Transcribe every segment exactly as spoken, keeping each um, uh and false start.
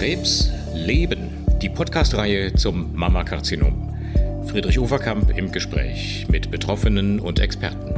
Krebs leben, die Podcast-Reihe zum Mammakarzinom. Friedrich Uferkamp im Gespräch mit Betroffenen und Experten.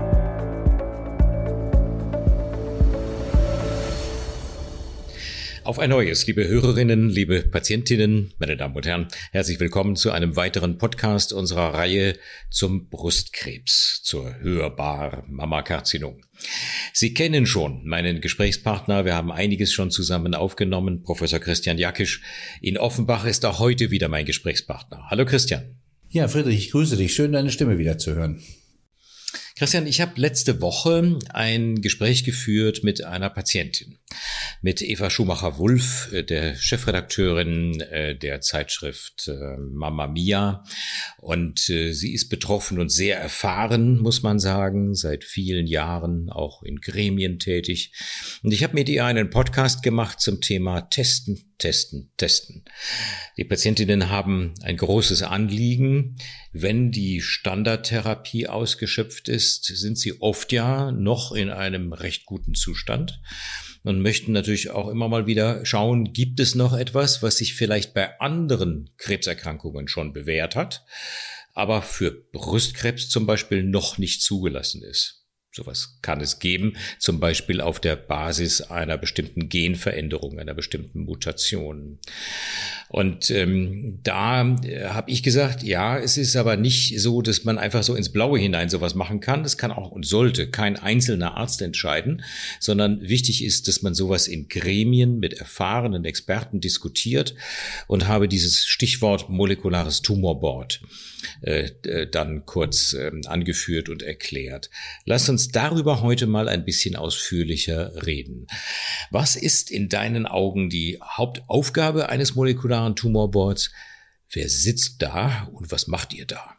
Auf ein neues, liebe Hörerinnen, liebe Patientinnen, meine Damen und Herren, herzlich willkommen zu einem weiteren Podcast unserer Reihe zum Brustkrebs, zur Hörbar Mammakarzinom. Sie kennen schon meinen Gesprächspartner, wir haben einiges schon zusammen aufgenommen, Professor Christian Jakisch. In Offenbach ist auch heute wieder mein Gesprächspartner. Hallo Christian. Ja, Friedrich, ich grüße dich. Schön, deine Stimme wieder zu hören. Christian, ich habe letzte Woche ein Gespräch geführt mit einer Patientin, mit Eva Schumacher-Wulff, der Chefredakteurin der Zeitschrift Mamma Mia. Und sie ist betroffen und sehr erfahren, muss man sagen, seit vielen Jahren auch in Gremien tätig. Und ich habe mit ihr einen Podcast gemacht zum Thema Testen, Testen, Testen. Die Patientinnen haben ein großes Anliegen. Wenn die Standardtherapie ausgeschöpft ist, sind sie oft ja noch in einem recht guten Zustand und möchten natürlich auch immer mal wieder schauen, gibt es noch etwas, was sich vielleicht bei anderen Krebserkrankungen schon bewährt hat, aber für Brustkrebs zum Beispiel noch nicht zugelassen ist. Sowas kann es geben, zum Beispiel auf der Basis einer bestimmten Genveränderung, einer bestimmten Mutation. Und ähm, da äh, habe ich gesagt, ja, es ist aber nicht so, dass man einfach so ins Blaue hinein sowas machen kann. Das kann auch und sollte kein einzelner Arzt entscheiden, sondern wichtig ist, dass man sowas in Gremien mit erfahrenen Experten diskutiert, und habe dieses Stichwort molekulares Tumorboard äh, dann kurz äh, angeführt und erklärt. Lasst uns darüber heute mal ein bisschen ausführlicher reden. Was ist in deinen Augen die Hauptaufgabe eines molekularen Tumorboards? Wer sitzt da und was macht ihr da?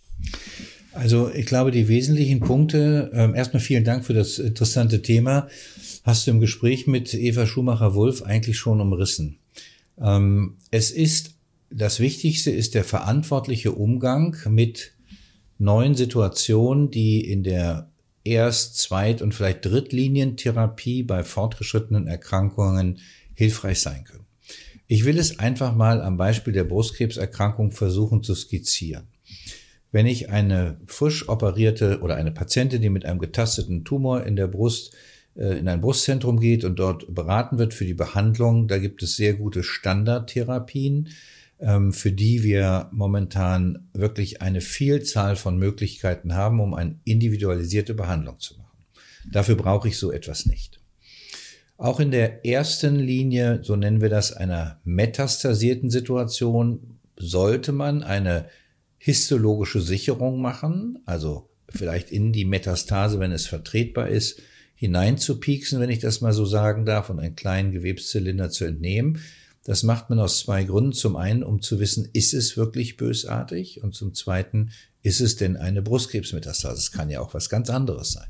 Also ich glaube, die wesentlichen Punkte, äh, erstmal vielen Dank für das interessante Thema, hast du im Gespräch mit Eva Schumacher-Wulff eigentlich schon umrissen. Ähm, es ist, das Wichtigste ist der verantwortliche Umgang mit neuen Situationen, die in der Erst-, Zweit- und vielleicht Drittlinientherapie bei fortgeschrittenen Erkrankungen hilfreich sein können. Ich will es einfach mal am Beispiel der Brustkrebserkrankung versuchen zu skizzieren. Wenn ich eine frisch operierte oder eine Patientin, die mit einem getasteten Tumor in der Brust äh, in ein Brustzentrum geht und dort beraten wird für die Behandlung, da gibt es sehr gute Standardtherapien, für die wir momentan wirklich eine Vielzahl von Möglichkeiten haben, um eine individualisierte Behandlung zu machen. Dafür brauche ich so etwas nicht. Auch in der ersten Linie, so nennen wir das, einer metastasierten Situation, sollte man eine histologische Sicherung machen, also vielleicht in die Metastase, wenn es vertretbar ist, hineinzupieksen, wenn ich das mal so sagen darf, und einen kleinen Gewebszylinder zu entnehmen. Das macht man aus zwei Gründen. Zum einen, um zu wissen, ist es wirklich bösartig? Und zum zweiten, ist es denn eine Brustkrebsmetastase? Das kann ja auch was ganz anderes sein.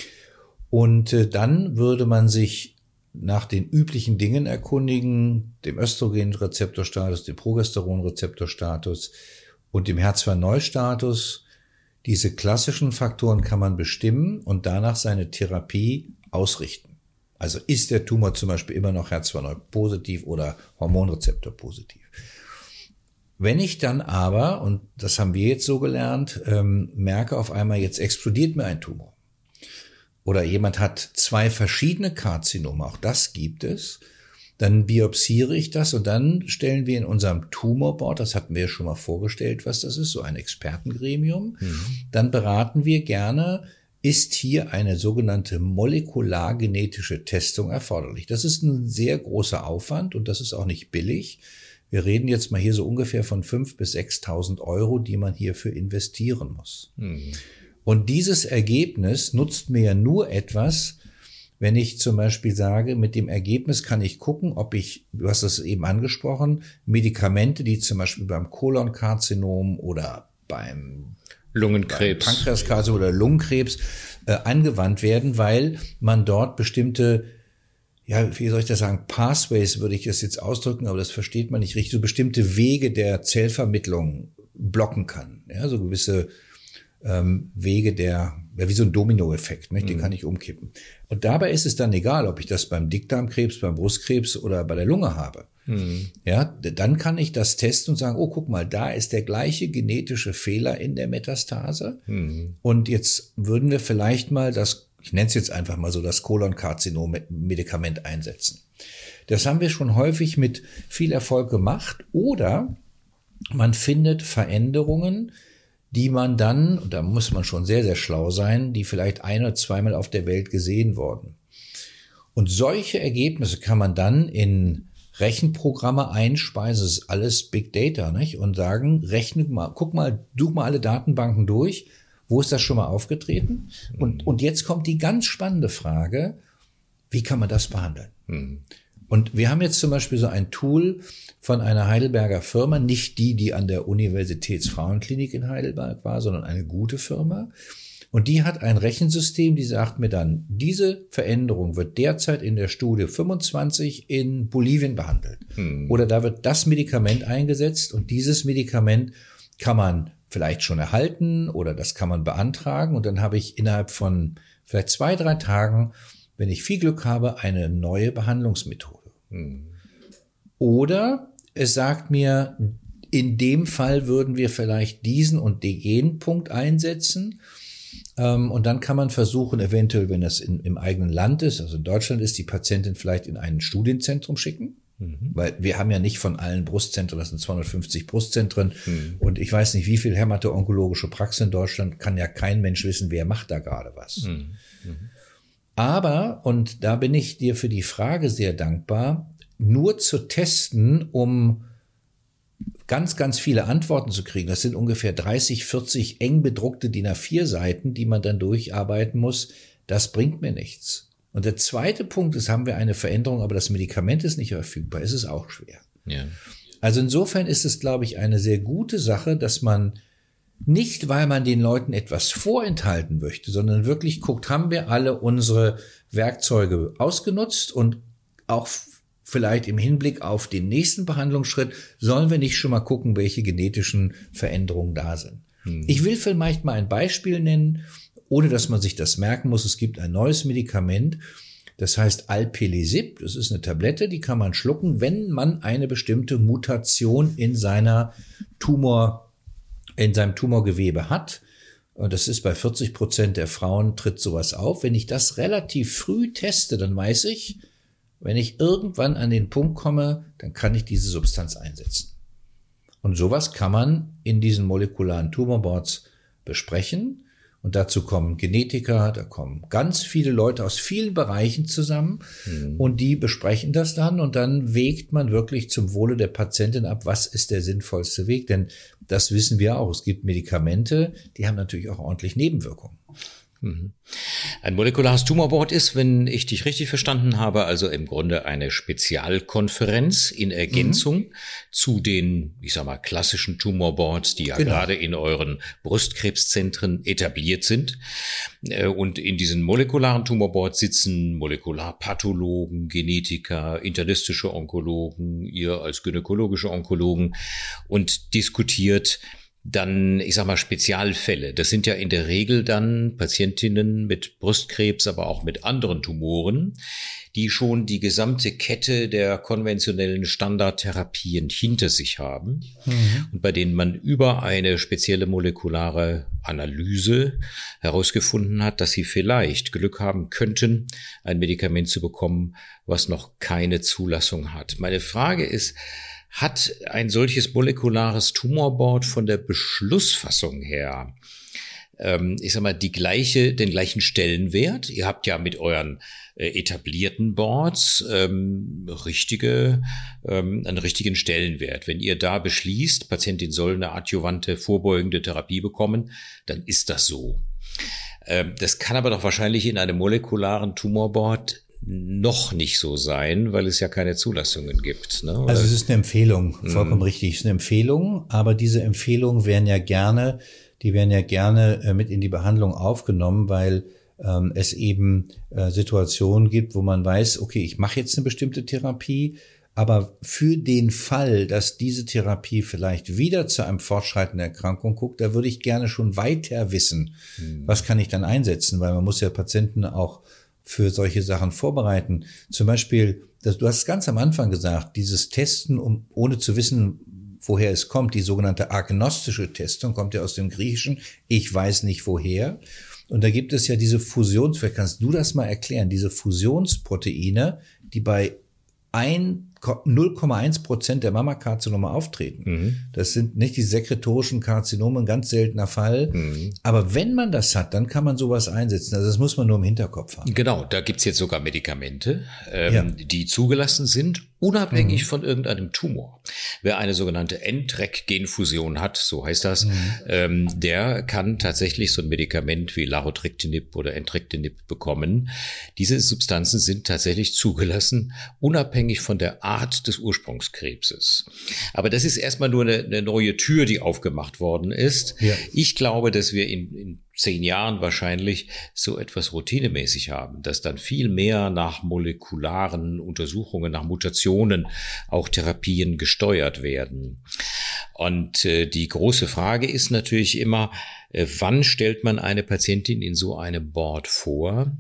Und äh, dann würde man sich nach den üblichen Dingen erkundigen, dem Östrogenrezeptorstatus, dem Progesteronrezeptorstatus und dem H E R zwei Null-Status. Diese klassischen Faktoren kann man bestimmen und danach seine Therapie ausrichten. Also ist der Tumor zum Beispiel immer noch H E R zwei Null positiv oder Hormonrezeptor positiv. Wenn ich dann aber, und das haben wir jetzt so gelernt, ähm, merke auf einmal, jetzt explodiert mir ein Tumor. Oder jemand hat zwei verschiedene Karzinome, auch das gibt es, dann biopsiere ich das und dann stellen wir in unserem Tumorboard, das hatten wir schon mal vorgestellt, was das ist, so ein Expertengremium, mhm. Dann beraten wir gerne, ist hier eine sogenannte molekulargenetische Testung erforderlich. Das ist ein sehr großer Aufwand und das ist auch nicht billig. Wir reden jetzt mal hier so ungefähr von fünftausend bis sechstausend Euro, die man hierfür investieren muss. Mhm. Und dieses Ergebnis nutzt mir ja nur etwas, wenn ich zum Beispiel sage, mit dem Ergebnis kann ich gucken, ob ich, du hast es eben angesprochen, Medikamente, die zum Beispiel beim Kolonkarzinom oder beim Lungenkrebs, Pankreaskarzinom oder Lungenkrebs äh, angewandt werden, weil man dort bestimmte, ja, wie soll ich das sagen, Pathways würde ich das jetzt ausdrücken, aber das versteht man nicht richtig, so bestimmte Wege der Zellvermittlung blocken kann. Ja, so gewisse ähm, Wege der, ja, wie so ein Dominoeffekt, nicht? Den mhm. kann ich umkippen. Und dabei ist es dann egal, ob ich das beim Dickdarmkrebs, beim Brustkrebs oder bei der Lunge habe. Mhm. Ja, dann kann ich das testen und sagen, oh, guck mal, da ist der gleiche genetische Fehler in der Metastase. Mhm. Und jetzt würden wir vielleicht mal das, ich nenne es jetzt einfach mal so, das Kolonkarzinom-Medikament einsetzen. Das haben wir schon häufig mit viel Erfolg gemacht. Oder man findet Veränderungen, die man dann, und da muss man schon sehr, sehr schlau sein, die vielleicht ein- oder zweimal auf der Welt gesehen wurden. Und solche Ergebnisse kann man dann in Rechenprogramme einspeisen, das ist alles Big Data, nicht? Und sagen, rechne mal, guck mal, such mal alle Datenbanken durch, wo ist das schon mal aufgetreten? Und, und jetzt kommt die ganz spannende Frage, wie kann man das behandeln? Mhm. Und wir haben jetzt zum Beispiel so ein Tool von einer Heidelberger Firma, nicht die, die an der Universitätsfrauenklinik in Heidelberg war, sondern eine gute Firma. Und die hat ein Rechensystem, die sagt mir dann, diese Veränderung wird derzeit in der Studie fünfundzwanzig in Bolivien behandelt. Hm. Oder da wird das Medikament eingesetzt und dieses Medikament kann man vielleicht schon erhalten oder das kann man beantragen. Und dann habe ich innerhalb von vielleicht zwei, drei Tagen, wenn ich viel Glück habe, eine neue Behandlungsmethode. Hm. Oder es sagt mir, in dem Fall würden wir vielleicht diesen und den Genpunkt einsetzen. Und dann kann man versuchen, eventuell, wenn das in, im eigenen Land ist, also in Deutschland ist, die Patientin vielleicht in ein Studienzentrum schicken. Mhm. Weil wir haben ja nicht von allen Brustzentren, das sind zweihundertfünfzig Brustzentren. Mhm. Und ich weiß nicht, wie viel hämato-onkologische Praxis in Deutschland, kann ja kein Mensch wissen, wer macht da gerade was. Mhm. Mhm. Aber, und da bin ich dir für die Frage sehr dankbar, nur zu testen, um ganz, ganz viele Antworten zu kriegen. Das sind ungefähr dreißig, vierzig eng bedruckte D I N A vier Seiten, die man dann durcharbeiten muss. Das bringt mir nichts. Und der zweite Punkt ist, haben wir eine Veränderung, aber das Medikament ist nicht verfügbar. Es ist auch schwer. Ja. Also insofern ist es, glaube ich, eine sehr gute Sache, dass man nicht, weil man den Leuten etwas vorenthalten möchte, sondern wirklich guckt, haben wir alle unsere Werkzeuge ausgenutzt und auch vielleicht im Hinblick auf den nächsten Behandlungsschritt, sollen wir nicht schon mal gucken, welche genetischen Veränderungen da sind. Hm. Ich will vielleicht mal ein Beispiel nennen, ohne dass man sich das merken muss. Es gibt ein neues Medikament, das heißt Alpelisib. Das ist eine Tablette, die kann man schlucken, wenn man eine bestimmte Mutation in seiner Tumor, in seinem Tumorgewebe hat. Und das ist bei vierzig Prozent der Frauen tritt sowas auf. Wenn ich das relativ früh teste, dann weiß ich, wenn ich irgendwann an den Punkt komme, dann kann ich diese Substanz einsetzen. Und sowas kann man in diesen molekularen Tumorboards besprechen. Und dazu kommen Genetiker, da kommen ganz viele Leute aus vielen Bereichen zusammen. Mhm. Und die besprechen das dann. Und dann wägt man wirklich zum Wohle der Patientin ab, was ist der sinnvollste Weg. Denn das wissen wir auch. Es gibt Medikamente, die haben natürlich auch ordentlich Nebenwirkungen. Ein molekulares Tumorboard ist, wenn ich dich richtig verstanden habe, also im Grunde eine Spezialkonferenz in Ergänzung mhm. zu den, ich sag mal, klassischen Tumorboards, die ja genau. gerade in euren Brustkrebszentren etabliert sind. Und in diesen molekularen Tumorboards sitzen Molekularpathologen, Genetiker, internistische Onkologen, ihr als gynäkologische Onkologen und diskutiert dann, ich sag mal, Spezialfälle. Das sind ja in der Regel dann Patientinnen mit Brustkrebs, aber auch mit anderen Tumoren, die schon die gesamte Kette der konventionellen Standardtherapien hinter sich haben mhm. und bei denen man über eine spezielle molekulare Analyse herausgefunden hat, dass sie vielleicht Glück haben könnten, ein Medikament zu bekommen, was noch keine Zulassung hat. Meine Frage ist, hat ein solches molekulares Tumorboard von der Beschlussfassung her, ähm, ich sag mal, die gleiche, den gleichen Stellenwert? Ihr habt ja mit euren äh, etablierten Boards ähm, richtige, ähm, einen richtigen Stellenwert. Wenn ihr da beschließt, Patientin soll eine adjuvante vorbeugende Therapie bekommen, dann ist das so. Ähm, das kann aber doch wahrscheinlich in einem molekularen Tumorboard noch nicht so sein, weil es ja keine Zulassungen gibt. Ne? Also es ist eine Empfehlung, vollkommen mhm. richtig, es ist eine Empfehlung, aber diese Empfehlungen werden ja gerne, die werden ja gerne äh, mit in die Behandlung aufgenommen, weil ähm, es eben äh, Situationen gibt, wo man weiß, okay, ich mache jetzt eine bestimmte Therapie, Aber für den Fall, dass diese Therapie vielleicht wieder zu einem Fortschreiten der Erkrankung guckt, da würde ich gerne schon weiter wissen, mhm. was kann ich dann einsetzen, weil man muss ja Patienten auch für solche Sachen vorbereiten. Zum Beispiel, das, du hast ganz am Anfang gesagt, dieses Testen, um ohne zu wissen, woher es kommt, die sogenannte agnostische Testung, kommt ja aus dem Griechischen, ich weiß nicht woher. Und da gibt es ja diese Fusions, vielleicht kannst du das mal erklären, diese Fusionsproteine, die bei null Komma eins Prozent der Mammakarzinome auftreten. Mhm. Das sind nicht die sekretorischen Karzinome, ein ganz seltener Fall. Mhm. Aber wenn man das hat, dann kann man sowas einsetzen. Also das muss man nur im Hinterkopf haben. Genau, da gibt's jetzt sogar Medikamente, ähm, ja. die zugelassen sind, unabhängig mhm. von irgendeinem Tumor. Wer eine sogenannte N T R E C-Genfusion hat, so heißt das, mhm. ähm, der kann tatsächlich so ein Medikament wie Larotrectinib oder Entrectinib bekommen. Diese Substanzen sind tatsächlich zugelassen, unabhängig von der Art des Ursprungskrebses. Aber das ist erstmal nur eine, eine neue Tür, die aufgemacht worden ist. Ja. Ich glaube, dass wir in, in zehn Jahren wahrscheinlich so etwas routinemäßig haben, dass dann viel mehr nach molekularen Untersuchungen, nach Mutationen auch Therapien gesteuert werden. Und äh, die große Frage ist natürlich immer, äh, wann stellt man eine Patientin in so einem Board vor?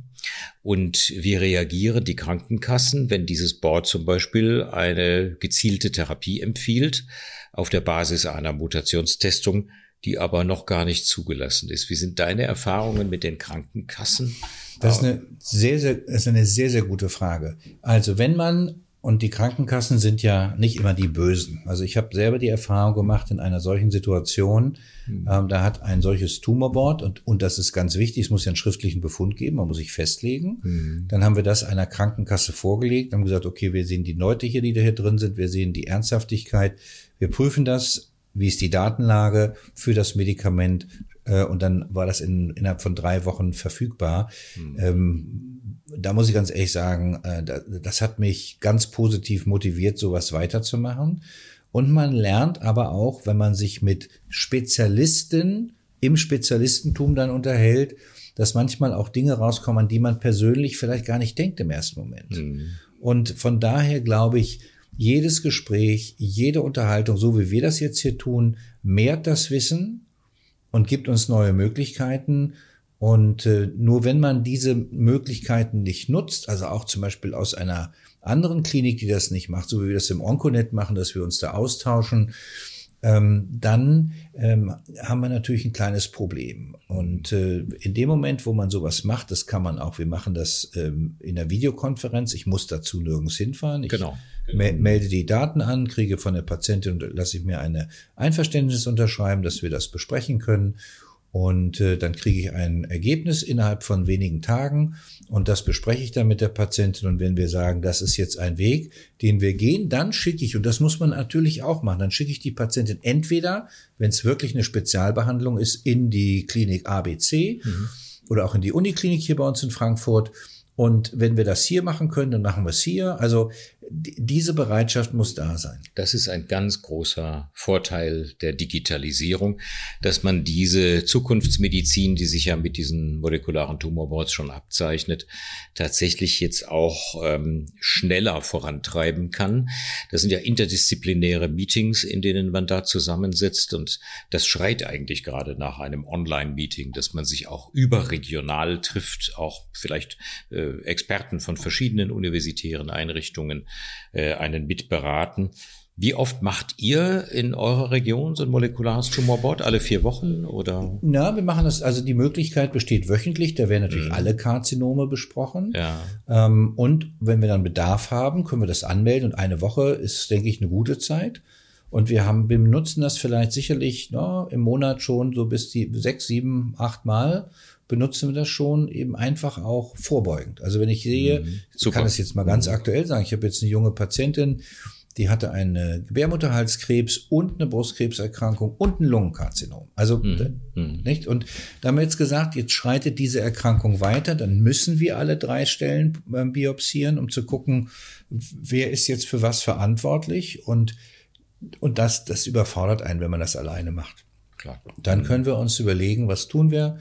Und wie reagieren die Krankenkassen, wenn dieses Board zum Beispiel eine gezielte Therapie empfiehlt, auf der Basis einer Mutationstestung, die aber noch gar nicht zugelassen ist? Wie sind deine Erfahrungen mit den Krankenkassen? Das ist eine sehr, sehr, das ist eine sehr, sehr gute Frage. Also wenn man, und die Krankenkassen sind ja nicht immer die Bösen. Also ich habe selber die Erfahrung gemacht in einer solchen Situation, mhm. ähm, da hat ein solches Tumorboard, und, und das ist ganz wichtig, es muss ja einen schriftlichen Befund geben, man muss sich festlegen. Mhm. Dann haben wir das einer Krankenkasse vorgelegt, haben gesagt, okay, wir sehen die Leute hier, die da hier drin sind, wir sehen die Ernsthaftigkeit, wir prüfen das, wie ist die Datenlage für das Medikament, äh, und dann war das in, innerhalb von drei Wochen verfügbar. Mhm. Ähm, da muss ich ganz ehrlich sagen, äh, das, das hat mich ganz positiv motiviert, sowas weiterzumachen. Und man lernt aber auch, wenn man sich mit Spezialisten im Spezialistentum dann unterhält, dass manchmal auch Dinge rauskommen, an die man persönlich vielleicht gar nicht denkt im ersten Moment. Mhm. Und von daher glaube ich, jedes Gespräch, jede Unterhaltung, so wie wir das jetzt hier tun, mehrt das Wissen und gibt uns neue Möglichkeiten. Und äh, nur wenn man diese Möglichkeiten nicht nutzt, also auch zum Beispiel aus einer anderen Klinik, die das nicht macht, so wie wir das im Onconet machen, dass wir uns da austauschen, ähm, dann ähm, haben wir natürlich ein kleines Problem. Und äh, in dem Moment, wo man sowas macht, das kann man auch, wir machen das ähm, in der Videokonferenz, ich muss dazu nirgends hinfahren. Ich genau. me- melde die Daten an, kriege von der Patientin und lasse ich mir eine Einverständnis unterschreiben, dass wir das besprechen können. Und äh, dann kriege ich ein Ergebnis innerhalb von wenigen Tagen und das bespreche ich dann mit der Patientin. Und wenn wir sagen, das ist jetzt ein Weg, den wir gehen, dann schicke ich, und das muss man natürlich auch machen, dann schicke ich die Patientin entweder, wenn es wirklich eine Spezialbehandlung ist, in die Klinik A B C mhm. oder auch in die Uniklinik hier bei uns in Frankfurt. Und wenn wir das hier machen können, dann machen wir es hier. Also d- diese Bereitschaft muss da sein. Das ist ein ganz großer Vorteil der Digitalisierung, dass man diese Zukunftsmedizin, die sich ja mit diesen molekularen Tumorboards schon abzeichnet, tatsächlich jetzt auch ähm, schneller vorantreiben kann. Das sind ja interdisziplinäre Meetings, in denen man da zusammensitzt, und das schreit eigentlich gerade nach einem Online-Meeting, dass man sich auch überregional trifft, auch vielleicht äh, Experten von verschiedenen universitären Einrichtungen äh, einen mitberaten. Wie oft macht ihr in eurer Region so ein molekulares Tumorboard? Alle vier Wochen oder? Na, wir machen das, also die Möglichkeit besteht wöchentlich, da werden natürlich mhm. alle Karzinome besprochen. Ja. Ähm, und wenn wir dann Bedarf haben, können wir das anmelden, und eine Woche ist, denke ich, eine gute Zeit. Und wir haben, wir benutzen das vielleicht sicherlich no, im Monat schon so bis die sechs, sieben, acht Mal benutzen wir das schon, eben einfach auch vorbeugend. Also wenn ich sehe, mhm, ich kann das jetzt mal ganz mhm. aktuell sagen, ich habe jetzt eine junge Patientin, die hatte einen Gebärmutterhalskrebs und eine Brustkrebserkrankung und ein Lungenkarzinom. Also mhm. nicht. Und da haben wir jetzt gesagt, jetzt schreitet diese Erkrankung weiter, dann müssen wir alle drei Stellen biopsieren, um zu gucken, wer ist jetzt für was verantwortlich. Und Und das, das überfordert einen, wenn man das alleine macht. Klar. Dann können wir uns überlegen, was tun wir.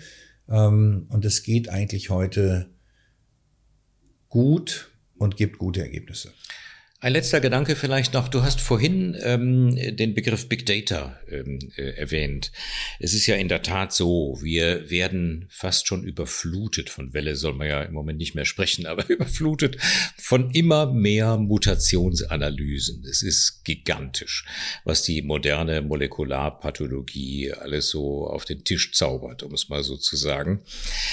Und es geht eigentlich heute gut und gibt gute Ergebnisse. Ein letzter Gedanke vielleicht noch. Du hast vorhin ähm, den Begriff Big Data ähm, äh, erwähnt. Es ist ja in der Tat so, wir werden fast schon überflutet, von Welle soll man ja im Moment nicht mehr sprechen, aber überflutet von immer mehr Mutationsanalysen. Es ist gigantisch, was die moderne Molekularpathologie alles so auf den Tisch zaubert, um es mal so zu sagen.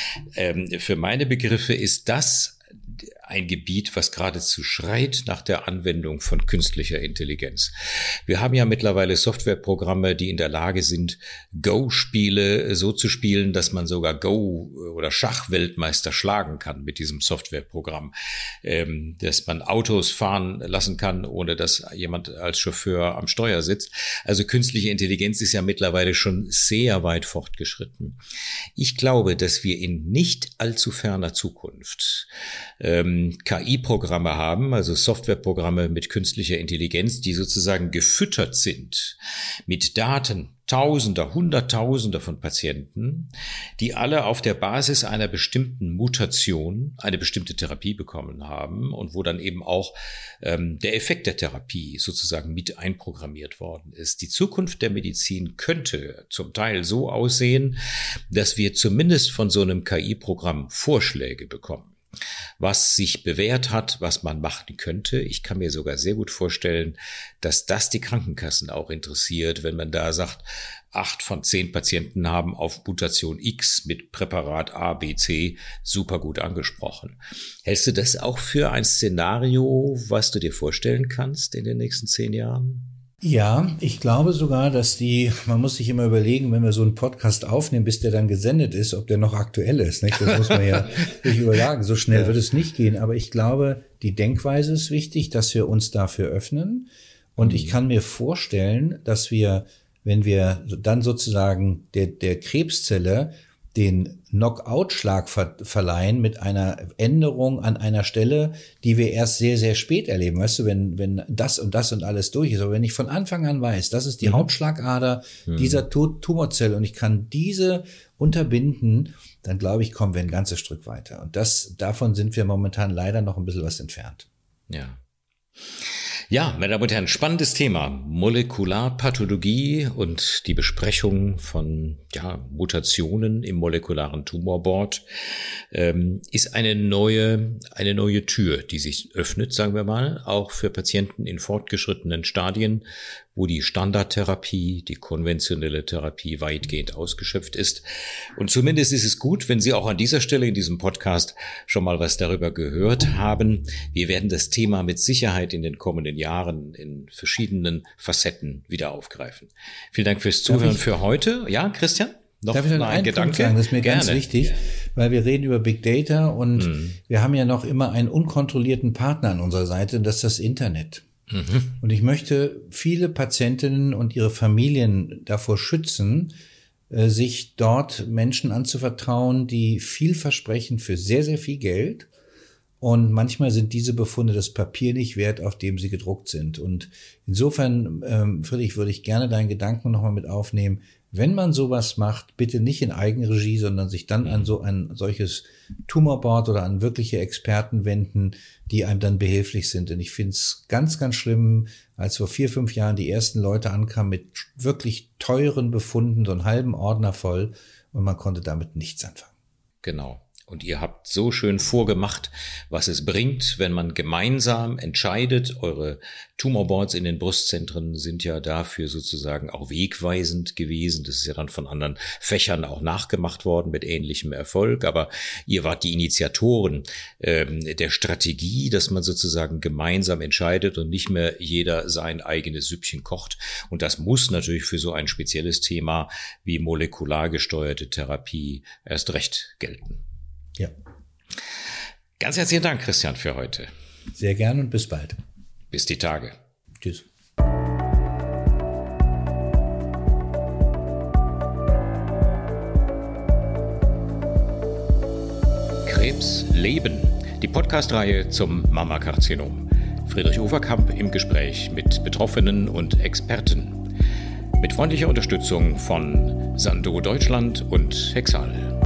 Ähm, für meine Begriffe ist das ein Gebiet, was geradezu schreit nach der Anwendung von künstlicher Intelligenz. Wir haben ja mittlerweile Softwareprogramme, die in der Lage sind, Go-Spiele so zu spielen, dass man sogar Go- oder Schachweltmeister schlagen kann mit diesem Softwareprogramm, ähm, dass man Autos fahren lassen kann, ohne dass jemand als Chauffeur am Steuer sitzt. Also künstliche Intelligenz ist ja mittlerweile schon sehr weit fortgeschritten. Ich glaube, dass wir in nicht allzu ferner Zukunft ähm, K I-Programme haben, also Softwareprogramme mit künstlicher Intelligenz, die sozusagen gefüttert sind mit Daten, Tausender, Hunderttausender von Patienten, die alle auf der Basis einer bestimmten Mutation eine bestimmte Therapie bekommen haben und wo dann eben auch ähm, der Effekt der Therapie sozusagen mit einprogrammiert worden ist. Die Zukunft der Medizin könnte zum Teil so aussehen, dass wir zumindest von so einem K I-Programm Vorschläge bekommen, was sich bewährt hat, was man machen könnte. Ich kann mir sogar sehr gut vorstellen, dass das die Krankenkassen auch interessiert, wenn man da sagt, acht von zehn Patienten haben auf Mutation X mit Präparat A, B, C super gut angesprochen. Hältst du das auch für ein Szenario, was du dir vorstellen kannst in den nächsten zehn Jahren? Ja, ich glaube sogar, dass die, man muss sich immer überlegen, wenn wir so einen Podcast aufnehmen, bis der dann gesendet ist, ob der noch aktuell ist. Nicht? Das muss man ja nicht überlagen. So schnell ja. wird es nicht gehen. Aber ich glaube, die Denkweise ist wichtig, dass wir uns dafür öffnen. Und mhm. ich kann mir vorstellen, dass wir, wenn wir dann sozusagen der, der Krebszelle den Knockout-Schlag ver- verleihen mit einer Änderung an einer Stelle, die wir erst sehr, sehr spät erleben. Weißt du, wenn, wenn das und das und alles durch ist. Aber wenn ich von Anfang an weiß, das ist die mhm. Hauptschlagader mhm. dieser tu- Tumorzelle und ich kann diese unterbinden, dann glaube ich, kommen wir ein ganzes Stück weiter. Und das, davon sind wir momentan leider noch ein bisschen was entfernt. Ja. Ja, meine Damen und Herren, spannendes Thema. Molekularpathologie und die Besprechung von ja, Mutationen im molekularen Tumorboard ähm, ist eine neue, eine neue Tür, die sich öffnet, sagen wir mal, auch für Patienten in fortgeschrittenen Stadien, wo die Standardtherapie, die konventionelle Therapie weitgehend ausgeschöpft ist. Und zumindest ist es gut, wenn Sie auch an dieser Stelle in diesem Podcast schon mal was darüber gehört haben. Wir werden das Thema mit Sicherheit in den kommenden Jahren in verschiedenen Facetten wieder aufgreifen. Vielen Dank fürs Zuhören für heute. Ja, Christian? Noch Darf ich noch einen Gedanke sagen? Das ist mir Gerne. ganz wichtig, weil wir reden über Big Data und mhm. wir haben ja noch immer einen unkontrollierten Partner an unserer Seite, und das ist das Internet. Mhm. Und ich möchte viele Patientinnen und ihre Familien davor schützen, sich dort Menschen anzuvertrauen, die viel versprechen für sehr, sehr viel Geld. Und manchmal sind diese Befunde das Papier nicht wert, auf dem sie gedruckt sind. Und insofern, ähm, Friedrich, würde ich gerne deinen Gedanken nochmal mit aufnehmen. Wenn man sowas macht, bitte nicht in Eigenregie, sondern sich dann an so ein solches Tumorboard oder an wirkliche Experten wenden, die einem dann behilflich sind. Und ich finde es ganz, ganz schlimm, als vor vier, fünf Jahren die ersten Leute ankamen mit wirklich teuren Befunden, so einen halben Ordner voll, und man konnte damit nichts anfangen. Genau. Und ihr habt so schön vorgemacht, was es bringt, wenn man gemeinsam entscheidet. Eure Tumorboards in den Brustzentren sind ja dafür sozusagen auch wegweisend gewesen. Das ist ja dann von anderen Fächern auch nachgemacht worden mit ähnlichem Erfolg. Aber ihr wart die Initiatoren ähm, der Strategie, dass man sozusagen gemeinsam entscheidet und nicht mehr jeder sein eigenes Süppchen kocht. Und das muss natürlich für so ein spezielles Thema wie molekular gesteuerte Therapie erst recht gelten. Ja. Ganz herzlichen Dank, Christian, für heute. Sehr gern und bis bald. Bis die Tage. Tschüss. Krebs leben. Die Podcast-Reihe zum Mammakarzinom. Friedrich Overkamp im Gespräch mit Betroffenen und Experten. Mit freundlicher Unterstützung von Sandoz Deutschland und Hexal.